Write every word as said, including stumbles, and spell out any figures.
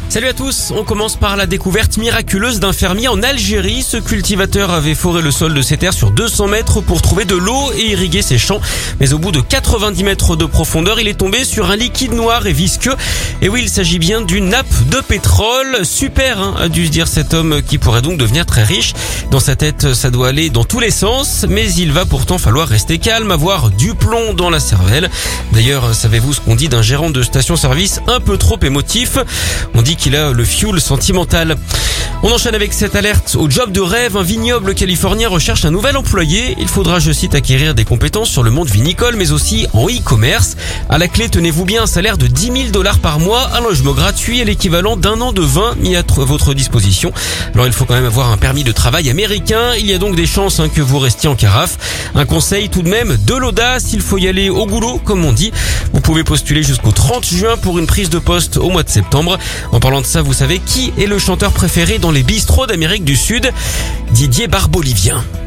Salut à tous, on commence par la découverte miraculeuse d'un fermier en Algérie. Ce cultivateur avait foré le sol de ses terres sur deux cents mètres pour trouver de l'eau et irriguer ses champs. Mais au bout de quatre-vingt-dix mètres de profondeur, il est tombé sur un liquide noir et visqueux. Et oui, il s'agit bien d'une nappe de pétrole. Super, hein, a dû se dire cet homme qui pourrait donc devenir très riche. Dans sa tête, ça doit aller dans tous les sens, mais il va pourtant falloir rester calme, avoir du plomb dans la cervelle. D'ailleurs, savez-vous ce qu'on dit d'un gérant de station-service un peu trop émotif? On dit qu'il a le fuel sentimental. On enchaîne avec cette alerte au job de rêve. Un vignoble californien recherche un nouvel employé. Il faudra, je cite, acquérir des compétences sur le monde vinicole, mais aussi en e-commerce. À la clé, tenez-vous bien, un salaire de dix mille dollars par mois, un logement gratuit et l'équivalent d'un an de vin mis à votre disposition. Alors, il faut quand même avoir un permis de travail américain. Il y a donc des chances hein, que vous restiez en carafe. Un conseil tout de même, de l'audace. Il faut y aller au goulot, comme on dit. Vous pouvez postuler jusqu'au trente juin pour une prise de poste au mois de septembre. En parlant de ça, vous savez qui est le chanteur préféré dans les bistrots d'Amérique du Sud? Didier Barbelivien.